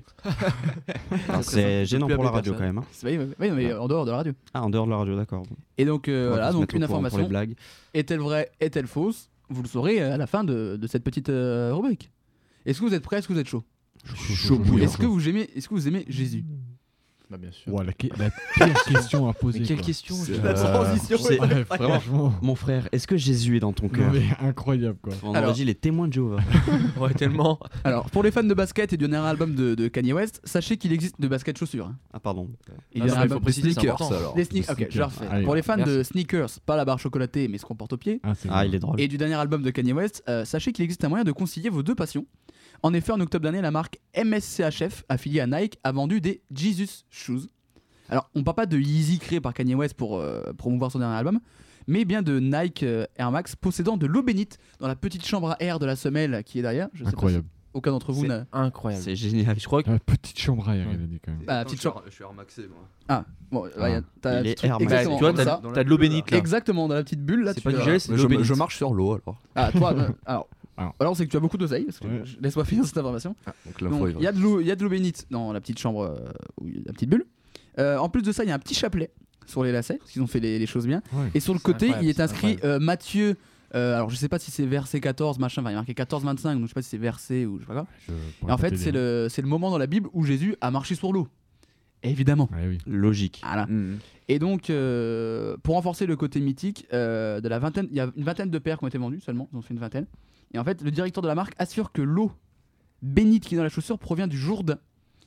C'est gênant pour la radio quand même. Hein. Oui, mais en dehors de la radio. Ah, en dehors de la radio, d'accord. Et donc voilà, donc une information. Est-elle vraie, est-elle fausse ? Vous le saurez à la fin de cette petite rubrique. Est-ce que vous êtes prêts ? Est-ce que vous êtes chaud ? Chaud. Est-ce que vous aimez Jésus ? Bah bien sûr. Ouais, la pire question à poser. Mais quelle question La transition. Vraiment, mon frère, est-ce que Jésus est dans ton cœur ? Incroyable quoi. On aurait dit les témoins de Jéhovah. Ouais, tellement. Alors, pour les fans de basket et du dernier album de Kanye West, sachez qu'il existe de basket chaussures. Hein. Ah pardon. Il y a un album de sneakers. Les sneakers. Ok, je la refais. Pour les fans de sneakers, pas la barre chocolatée, mais ce qu'on porte au pied. Il est drôle. Et du dernier album de Kanye West, sachez qu'il existe un moyen de concilier vos deux passions. En effet, en octobre dernier, la marque MSCHF, affiliée à Nike, a vendu des Jesus Shoes. Alors, on parle pas de Yeezy créé par Kanye West pour promouvoir son dernier album, mais bien de Nike Air Max possédant de l'eau bénite dans la petite chambre à air de la semelle qui est derrière. Je sais incroyable. Pas si aucun d'entre vous n'a. Incroyable. C'est génial. Je crois que. Petite chambre à air, il a dit quand même. Bah, petite chambre. Je suis Air Maxé, moi. Ah, bon, t'as il est Air Max. exactement. Tu vois, t'as de l'eau bénite là. Exactement, dans la petite bulle là. C'est pas du gel, c'est de l'eau bénite. Je marche sur l'eau alors. Ah, toi, alors c'est que tu as beaucoup d'oseille, parce que laisse-moi finir cette information. Donc, il y a de l'eau bénite dans la petite chambre, la petite bulle. En plus de ça, il y a un petit chapelet sur les lacets, parce qu'ils ont fait les choses bien. Ouais, et sur le côté, il est inscrit Matthieu. Alors je sais pas si c'est verset 14, machin, il y a marqué 14-25, donc je sais pas si c'est verset ou je sais pas quoi. Et en fait, c'est le moment dans la Bible où Jésus a marché sur l'eau. Évidemment. Ouais, oui. Logique. Voilà. Et donc, pour renforcer le côté mythique, de la vingtaine, il y a une vingtaine de paires qui ont été vendues seulement, ils ont fait une vingtaine. Et en fait, le directeur de la marque assure que l'eau bénite qui est dans la chaussure provient du Jourdain,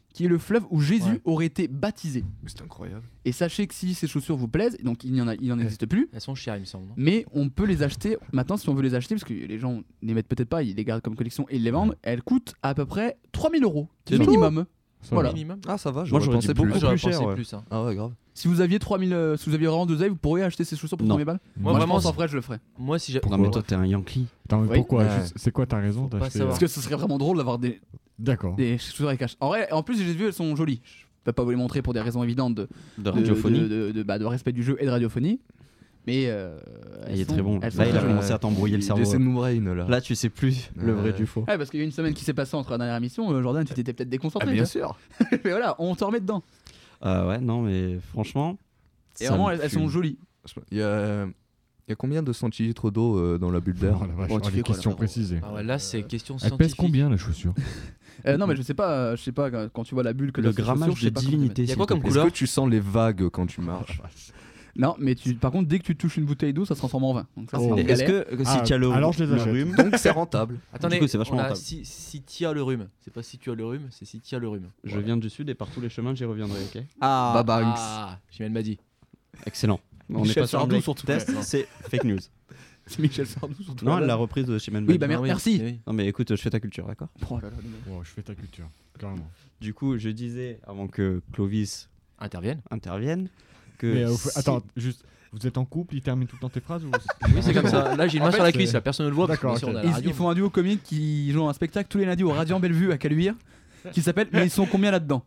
qui est le fleuve où Jésus aurait été baptisé. C'est incroyable. Et sachez que si ces chaussures vous plaisent, donc il n'en existe plus. Elles sont chères, il me semble. Non, mais on peut les acheter maintenant si on veut les acheter, parce que les gens les mettent peut-être pas, ils les gardent comme collection et ils les vendent. Elles coûtent à peu près 3000 €. C'est minimum. Voilà. Ah, ça va, j'aurais pensé beaucoup plus cher. Hein. Ah ouais, grave. Si vous aviez 3000, si vous aviez vraiment 2 ailes, vous pourriez acheter ces chaussures pour 3000 balles. Moi vraiment, en vrai, je le ferais. Moi, si j'ai. Non, mais toi, t'es un Yankee. Attends, mais pourquoi c'est quoi ta raison d'acheter Parce que ce serait vraiment drôle d'avoir des chaussures avec cache. En vrai, en plus, j'ai vu, elles sont jolies. Je peux pas vous les montrer pour des raisons évidentes de radiophonie, de respect du jeu et de radiophonie. Mais il est très bon. Là, il a commencé à t'embrouiller le cerveau. Là, tu sais plus le vrai du faux. Ouais, parce qu'il y a une semaine qui s'est passée entre la dernière émission. Jordan, tu t'étais peut-être déconcentré. Bien sûr. Mais voilà, on t'en remet dedans. Ouais, non, mais franchement. Et vraiment, elles sont jolies. Il y a combien de centilitres d'eau dans la bulle d'air? Tu fais questions précisées. Ah ouais, là, c'est question scientifique. Elle pèse combien la chaussure? Non, mais je sais pas quand tu vois la bulle que le grammage de divinité. Il y a quoi comme couleur? Est-ce que tu sens les vagues quand tu marches? Non, mais par contre, dès que tu touches une bouteille d'eau, ça se transforme en vin. Donc ça, est-ce que si tu as le rhume, donc c'est rentable. Attendez, du coup, c'est vachement rentable. Si tu as le rhume, c'est pas si tu as le rhume, c'est si tu as le rhume. Je viens du sud et par tous les chemins, j'y reviendrai, ok? Chimène m'a dit. Excellent. On est pas sur un test, c'est fake news. C'est Michel Sardou surtout. Non, la reprise de Chimène. Oui, bah merci. Non, mais écoute, je fais ta culture, d'accord? Je fais ta culture, carrément. Du coup, je disais, avant que Clovis intervienne. Mais attends, juste, vous êtes en couple, il termine tout le temps tes phrases ou... Oui, c'est comme ça. Là, j'ai une main sur la cuisse, là, personne ne le voit. D'accord. Ils font un duo comique qui joue un spectacle tous les lundis au Radiant Bellevue à Caluire qui s'appelle Mais ils sont combien là-dedans?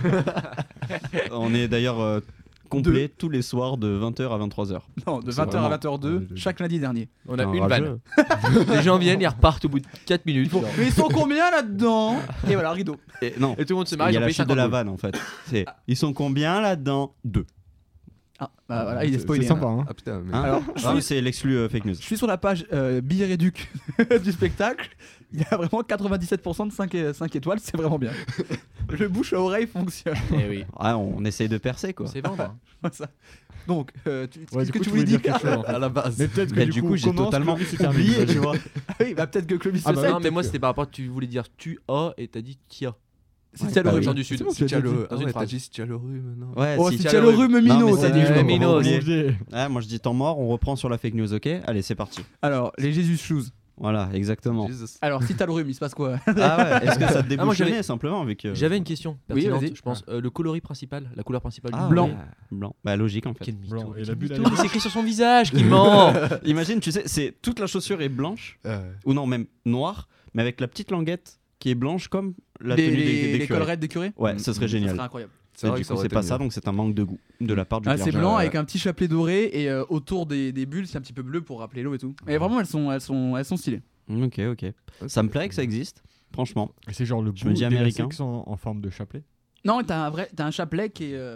On est d'ailleurs complet tous les soirs de 20h à 23h. Non, de 20h à 20h02 chaque lundi dernier. On a une vanne. Les gens viennent, ils repartent au bout de 4 minutes. Mais ils sont combien là-dedans? Et voilà, rideau. Et non. Et tout le monde se marie. Il y a la chute de la vanne en fait. Ils sont combien là-dedans? 2. Ah, bah voilà, il est spoilé. C'est sympa, hein. Ah putain, mais... Alors, c'est l'exclu fake news. Je suis sur la page billet réduc du spectacle. Il y a vraiment 97% de 5 étoiles, c'est vraiment bien. Le bouche à oreille fonctionne. Eh oui. Ah, on essaye de percer quoi. C'est vendre. Ça. Donc, qu'est-ce que tu voulais dire à la base? Mais peut-être que du coup j'ai totalement oublié, tu vois. Oui, bah peut-être que Clovis le sait. Non, mais moi c'était par rapport à tu voulais dire tu as et t'as dit tia. Si tu as le rhume du sud, si tu as le rhume, non. Ouais, si tu as le rhume minot, ça dit minot. Moi je dis temps mort, on reprend sur la fake news, ok? Allez, c'est parti. Alors, les Jesus Shoes. Voilà, exactement. Alors, si t'as le rhume, il se passe quoi? Ah ouais, est-ce que ça te débouche simplement avec J'avais une question pertinente, je pense. Le coloris principal, la couleur principale du blanc. Blanc. Bah logique en fait. Quel mytho. Blanc. Et la bulle c'est écrit sur son visage qui ment. Imagine, tu sais, c'est toute la chaussure est blanche ou non, même noire, mais avec la petite languette qui est blanche comme la tenue des collerettes des curés. Ouais, ce serait génial. Ce serait incroyable. Du coup, c'est pas ça, donc c'est un manque de goût de la part du clergé. C'est blanc avec un petit chapelet doré et autour des bulles, c'est un petit peu bleu pour rappeler l'eau et tout. Et vraiment, elles sont stylées. Ok. Ça me plairait que ça existe, franchement. Et c'est genre le bout des américain en forme de chapelet. Non, t'as un chapelet qui est.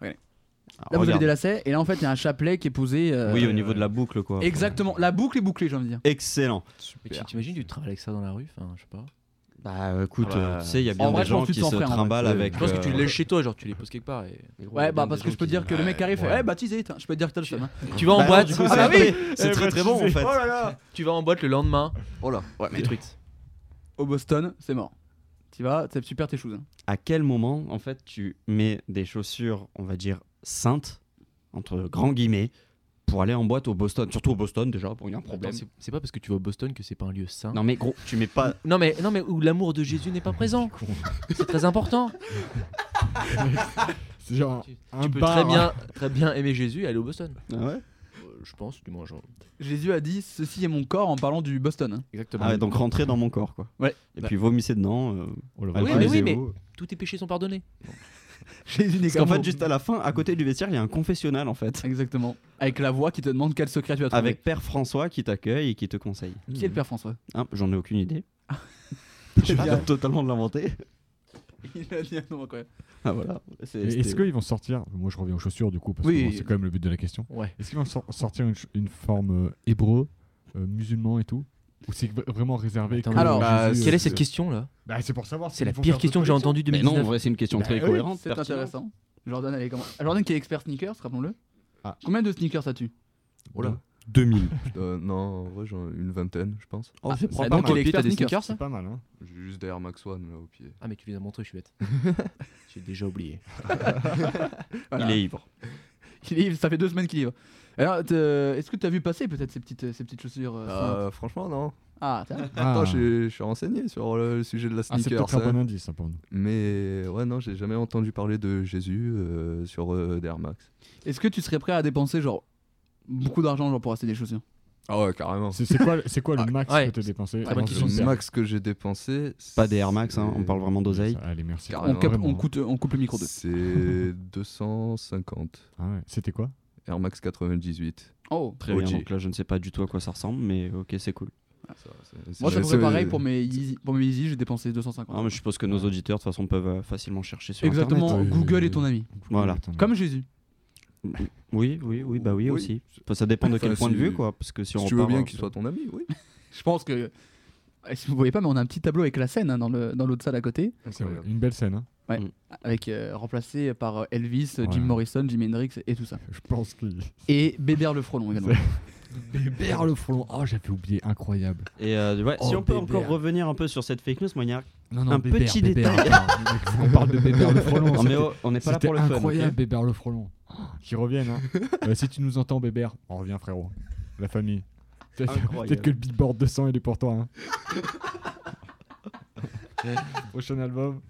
Là, vous avez des lacets, et là, en fait, il y a un chapelet qui est posé. Oui, au niveau de la boucle, quoi. Exactement, la boucle est bouclée, j'ai envie de dire. Excellent. T'imagines du travail avec ça dans la rue? Enfin, je sais pas. Bah écoute, tu sais, il y a bien des gens qui se trimballent avec. Je pense que tu les lèches chez toi, genre tu les poses quelque part. Ouais, bah parce que je peux dire que le mec arrive, ouais, baptisé, je peux te dire que t'as le seum. Tu vas en boîte, du coup, c'est très bon en fait. Oh là là. Tu vas en boîte le lendemain. Oh là, ouais, détruite. Au Boston, c'est mort. Tu vas, tu perds tes choses. À quel moment, en fait, tu mets des chaussures, on va dire, saintes, entre grands guillemets, pour aller en boîte au Boston, surtout au Boston déjà, il y a un problème. C'est pas parce que tu vas au Boston que c'est pas un lieu saint. Non mais gros, tu mets pas. Non mais où l'amour de Jésus n'est pas présent. C'est très important. C'est genre tu peux très bien aimer Jésus et aller au Boston. Ah ouais. Je pense, du moins genre. Jésus a dit ceci est mon corps en parlant du Boston. Hein. Exactement. Ah ouais, donc rentrer dans mon corps quoi. Ouais. Et puis vomissez dedans. Oui, mais tous tes péchés sont pardonnés. Parce qu'en fait, juste à la fin, à côté du vestiaire, il y a un confessionnal en fait. Exactement. Avec la voix qui te demande quel secret tu as trouvé. Avec Père François qui t'accueille et qui te conseille. Qui est le Père François? J'en ai aucune idée. Je viens totalement de l'inventer. Il a dit un nom incroyable. Ah voilà. Est-ce qu'ils vont sortir, moi je reviens aux chaussures du coup, parce que c'est quand même le but de la question. Ouais. Est-ce qu'ils vont sortir une forme hébreu, musulman et tout? Ou c'est vraiment réservé? Alors, quelle est cette question là? C'est pour savoir. C'est la pire question que j'ai entendue de 2019. Non, en vrai, c'est une question très cohérente. C'est intéressant. Jordan qui est expert sneakers, rappelons-le. Combien de sneakers as-tu? Oh là. 2000. Non, en vrai, j'en ai une vingtaine, je pense. Oh, c'est propre. Donc, il est expert sneakers, c'est pas mal. Hein. J'ai juste des Air Max One là au pied. Ah, mais tu les as montrés, je suis bête. J'ai déjà oublié. Voilà. Il est ivre. Il est ivre, ça fait 2 semaines qu'il est ivre. Alors, est-ce que tu as vu passer peut-être ces petites chaussures Franchement, non. Ah, Attends, je suis renseigné sur le sujet de la c'est sneaker. peut-être un bon indice, ça, pour nous. Mais ouais, non, j'ai jamais entendu parler de Jésus sur des Air Max. Est-ce que tu serais prêt à dépenser genre beaucoup d'argent genre pour acheter des chaussures? Ah ouais, carrément. C'est quoi le max que tu as dépensé? Le max que j'ai dépensé. Pas des Air Max, hein, on parle vraiment d'oseille. Allez, merci. On coupe le micro de. C'est 250. Ah ouais. C'était quoi? Air Max 98. Oh, très bien. Donc là, je ne sais pas du tout à quoi ça ressemble, mais ok, c'est cool. Moi, ça me pareil pour mes Yeezy, j'ai dépensé 250. Ah, mais je suppose que nos auditeurs, de toute façon, peuvent facilement chercher sur Exactement, Internet. Google est ton ami. Voilà. Comme Jésus. Oui, aussi. Enfin, ça dépend de quel point de vue, quoi. Parce que si on tu veux bien qu'il soit ton ami, oui. Je pense que. Si vous voyez pas, mais on a un petit tableau avec la scène dans l'autre salle à côté. C'est une belle scène. Hein. Ouais. Avec remplacé par Elvis, Jim Morrison, Jimi Hendrix et tout ça. Je pense qu'il. Et Bébert le Frelon également. Bébert le Frelon. Oh, j'avais oublié, incroyable. Et si on peut encore revenir un peu sur cette fake news, moi, il y a un petit détail. On parle de Bébert le Frelon. Non, mais on n'est pas là pour le fun. C'était incroyable, Bébert le Frelon. Qui revienne. Hein. Si tu nous entends, Bébert, on revient, frérot. La famille. Peut-être que le Billboard 200 il est pour toi. Hein. Prochain album.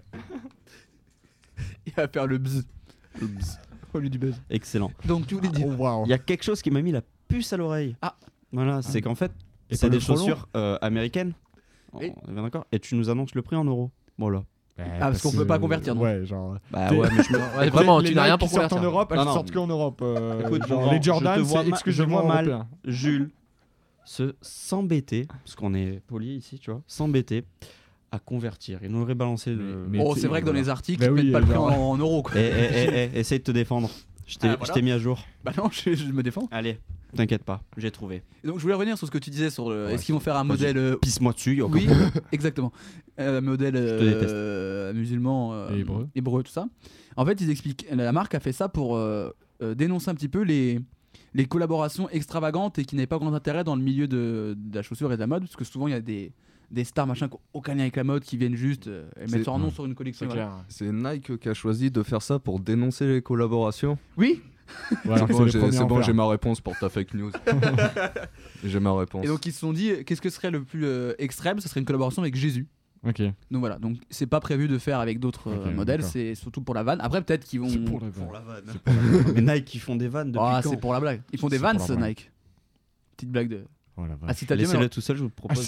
Il va faire le bzz. Au lieu du buzz. Excellent. Donc tu voulais dire. Il y a quelque chose qui m'a mis la puce à l'oreille. Ah. Voilà, c'est qu'en fait, Et c'est pas des le frelon chaussures américaines. On est bien d'accord. Et tu nous annonces le prix en euros. Voilà. Parce qu'on peut pas convertir. Non. Ouais, genre. Bah ouais, mais je me. Vraiment, tu n'as rien pour convertir. En convertir. Europe, elles sortent qu'en Europe. Écoute, genre, les Jordan, c'est exclusivement mal. Jules s'embêter, parce qu'on est poli ici, tu vois, s'embêter à convertir. Il nous aurait balancé le. C'est vrai que dans les articles, ils mettent pas le prix en euros. Essaye de te défendre. Je t'ai mis à jour. Bah non, je me défends. Allez, t'inquiète pas, j'ai trouvé. Et donc je voulais revenir sur ce que tu disais sur est-ce qu'ils vont faire un modèle. Pisse-moi dessus, oui, exactement. Modèle musulman, hébreu, tout ça. En fait, ils expliquent. La marque a fait ça pour dénoncer un petit peu les collaborations extravagantes et qui n'avaient pas grand intérêt dans le milieu de la chaussure et de la mode, parce que souvent il y a des stars machin qui n'ont aucun lien avec la mode qui viennent juste mettre leur nom sur une collection. C'est Nike qui a choisi de faire ça pour dénoncer les collaborations. Oui. Voilà, c'est bon, j'ai ma réponse pour ta fake news. J'ai ma réponse. Et donc ils se sont dit, qu'est-ce que serait le plus extrême? Ce serait une collaboration avec Jésus. Ok. Donc voilà, donc c'est pas prévu de faire avec d'autres modèles, c'est surtout pour la vanne. Après peut-être qu'ils vont. C'est pour la vanne. Mais Nike ils font des vannes depuis quand? C'est pour la blague. Ils font des vannes, Nike. Petite blague de. Laissez-le tout seul, je vous propose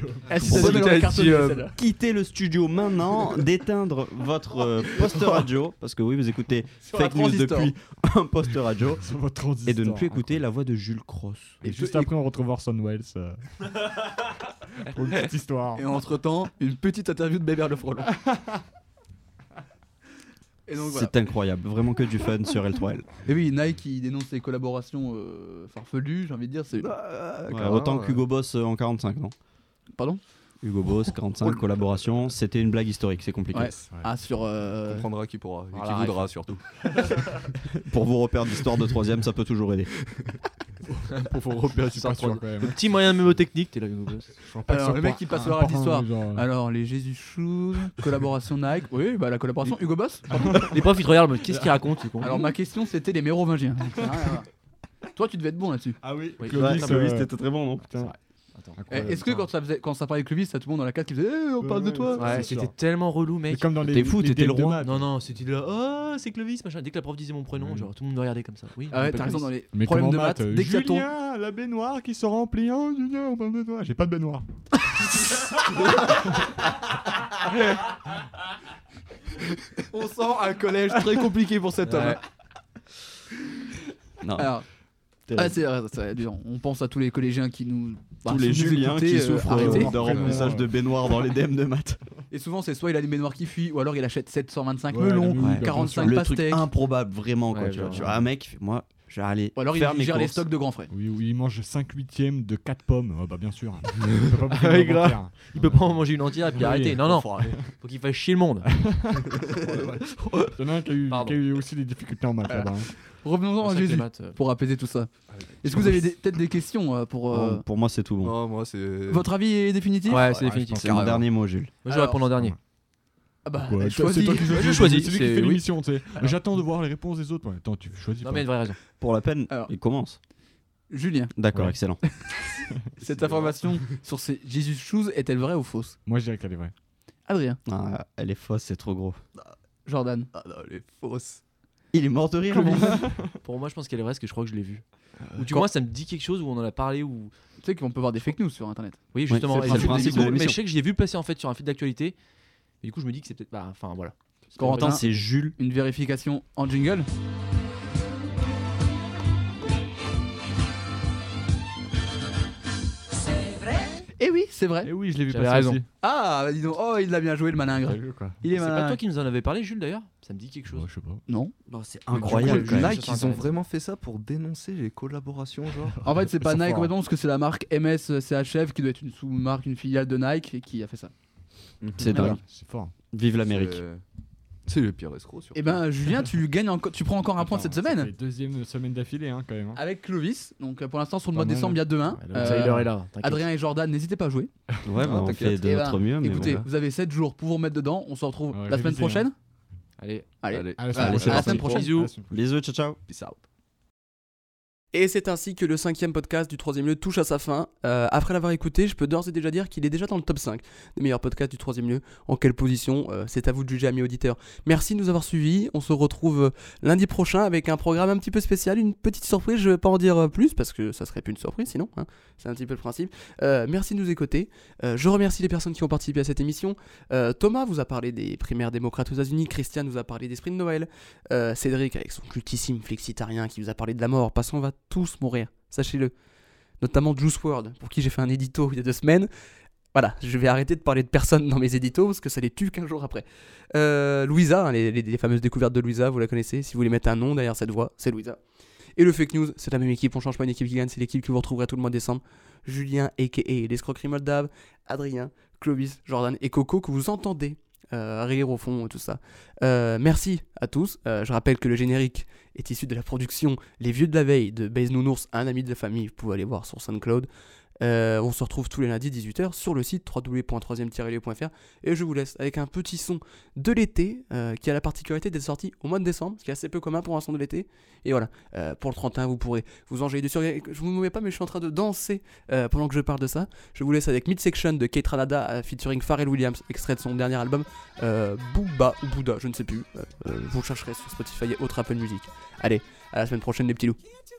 de quitter le studio maintenant, d'éteindre votre poste radio, parce que oui, vous écoutez Fake News depuis un poste radio, et de ne plus écouter la voix de Jules Cross. Et juste après, on retrouve Orson Welles pour une petite histoire. Et entre-temps, une petite interview de Bébert le Frelon. C'est incroyable, vraiment que du fun sur L3L. Et oui, Nike il dénonce les collaborations farfelues, j'ai envie de dire. C'est autant qu'Hugo Boss en 45, non? Pardon? Hugo Boss, 45, collaboration, c'était une blague historique, c'est compliqué. Ouais. Ah, sur. On comprendra qui pourra, qui voudra surtout. Pour vos repères d'histoire de 3ème, ça peut toujours aider. Pour vos repères d'histoire quand même. Un petit moyen mémotechnique, t'es là, Hugo Boss. Alors, le mec qui passe l'oral d'histoire. Alors, les Jésus Shoes, collaboration Nike. Oui, bah la collaboration Hugo Boss. Les profs, ils te regardent, qu'est-ce qu'ils racontent? Alors, ma question c'était les mérovingiens. Toi, tu devais être bon là-dessus. Ah oui, Clovis, c'était très bon, non? Putain. Est-ce que quand ça parlait de Clovis, t'as tout le monde dans la classe qui faisait on parle de toi? Ouais, c'était tellement relou, mec. Comme dans t'es fou, t'étais le roi. Non, c'était là, oh, c'est Clovis, machin. Dès que la prof disait mon prénom, genre tout le monde me regardait comme ça. Oui. Ah ouais, t'as raison dans les problèmes de maths. Dès que ça tombe. Julien, la baignoire qui se remplit. Oh, Julien, on parle de toi. J'ai pas de baignoire. On sent un collège très compliqué pour cet homme. Non. Alors, c'est vrai, on pense à tous les collégiens qui nous. Tous les Juliens qui souffrent d'un remplissage de baignoire dans les DM de maths. Et souvent, c'est soit il a une baignoire qui fuit, ou alors il achète 725 melons, 45 le pastèques. Truc improbable, vraiment. Quoi, tu vois, un mec, moi, Je vais aller Ou alors faire il mes gère les courses. stocks de grands frais. Oui, il mange 5/8 de 4 pommes. Bah bien sûr. Il peut pas en manger une entière et puis arrêter. Non. Faut qu'il fasse chier le monde. Il y en a un qui a eu aussi des difficultés en maths là-bas. Revenons-en à Jésus pour apaiser tout ça. Est-ce que vous avez peut-être des questions pour... Pour moi, c'est tout bon. Non, moi, c'est... Votre avis est définitif? Ouais, c'est définitif. C'est mon dernier mot, Jules. Moi, je réponds en dernier. Ah bah, Ouais, choisis. c'est toi qui Je choisis. C'est lui qui fait l'émission, tu sais. Mais j'attends de voir les réponses des autres. Ouais. Attends, tu choisis Non, pas. mais il y a une vraie raison. Pour la peine, Alors. il commence. Julien, D'accord, excellent. cette information sur ces Jesus Shoes est-elle vraie ou fausse? Moi, je dirais qu'elle est vraie. Adrien, Ah, elle est fausse, c'est trop gros. Jordan, Ah non, elle est fausse. Il est mort de rire. Comment? Pour moi, je pense qu'elle est vraie parce que je crois que je l'ai vue. Ou du Quand- moins, ça me dit quelque chose où on en a parlé ou. tu sais qu'on peut voir des fake news sur internet. Oui, justement. c'est le et principe du de coup, l'émission. mais je sais que j'ai vu passer en fait sur un fil d'actualité. Et du coup, je me dis que c'est peut-être pas. Enfin, voilà. Corentin, c'est Jules. Une vérification en jingle. Eh oui, c'est vrai. Eh oui, je l'ai vu J'avais passer raison. aussi. Ah, bah dis donc, oh, il l'a bien joué le malingre. T'as vu, quoi. Il est C'est malin. pas toi qui nous en avais parlé, Jules, d'ailleurs? Ça me dit quelque chose. Ouais, je sais pas. Non. Bon, c'est Mais incroyable. du quand coup, même. Nike, Sur ils ont Internet. vraiment fait ça pour dénoncer les collaborations, genre. En fait, c'est pas sont Nike forts, complètement parce que c'est la marque MS CHF qui doit être une sous-marque, une filiale de Nike et qui a fait ça. C'est Voilà. dingue. C'est fort. Vive l'Amérique. C'est le pire escroc, surtout. Et ben, Julien, tu gagnes encore, tu prends encore un point de cette Attends, ça semaine fait deuxième semaine d'affilée, hein, quand même. Hein. avec Clovis. Donc pour l'instant, sur le Pas mois de mal. décembre, il y a 2-1. Ouais, le Tyler est là. t'inquiète. Adrien et Jordan, n'hésitez pas à jouer. Ouais, bah, on fait de Eh notre ben, mieux. Mais écoutez, bon. vous avez 7 jours pour vous remettre dedans. On se retrouve Ouais, la semaine révisez, prochaine. Allez. Allez, Allez. Allez, à la c'est semaine parti. prochaine. Bisous. Bisous, ciao, ciao. Peace out. Et c'est ainsi que le 5e podcast du 3e lieu touche à sa fin. Après l'avoir écouté, je peux d'ores et déjà dire qu'il est déjà dans le top 5 des meilleurs podcasts du 3e lieu. En quelle position c'est à vous de juger, amis auditeurs. Merci de nous avoir suivis. On se retrouve lundi prochain avec un programme un petit peu spécial, une petite surprise. Je vais pas en dire plus parce que ça serait plus une surprise sinon. Hein. C'est un petit peu le principe. Merci de nous écouter. Je remercie les personnes qui ont participé à cette émission. Thomas vous a parlé des primaires démocrates aux États-Unis. Christian nous a parlé des sprints de Noël. Cédric avec son cultissime flexitarien qui vous a parlé de la mort. Parce qu'on va tous mourir, sachez-le. Notamment Juice WRLD, pour qui j'ai fait un édito il y a 2 semaines. Voilà, je vais arrêter de parler de personne dans mes éditos parce que ça les tue 15 jours après. Louisa, hein, les fameuses découvertes de Louisa, vous la connaissez. Si vous voulez mettre un nom derrière cette voix, c'est Louisa. Et le fake news, c'est la même équipe, on change pas une équipe qui gagne, c'est l'équipe que vous retrouverez tout le mois de décembre. Julien, a.k.a. l'escroquerie moldave, Adrien, Clovis, Jordan et Coco que vous entendez rire au fond, tout ça. Merci à tous. Je rappelle que le générique est issu de la production Les Vieux de la Veille de Baze Nounours, un ami de la famille. Vous pouvez aller voir sur SoundCloud. On se retrouve tous les lundis 18h sur le site www.3e-lieu.fr et je vous laisse avec un petit son de l'été qui a la particularité d'être sorti au mois de décembre, ce qui est assez peu commun pour un son de l'été. Et voilà, pour le 31 vous pourrez vous enjailler dessus. Je vous mets pas mais je suis en train de danser pendant que je parle de ça. Je vous laisse avec Midsection de Kate Ranada featuring Pharrell Williams, extrait de son dernier album Booba ou Bouddha, je ne sais plus. Vous chercherez sur Spotify et autres Apple Music. Allez, à la semaine prochaine les petits loups.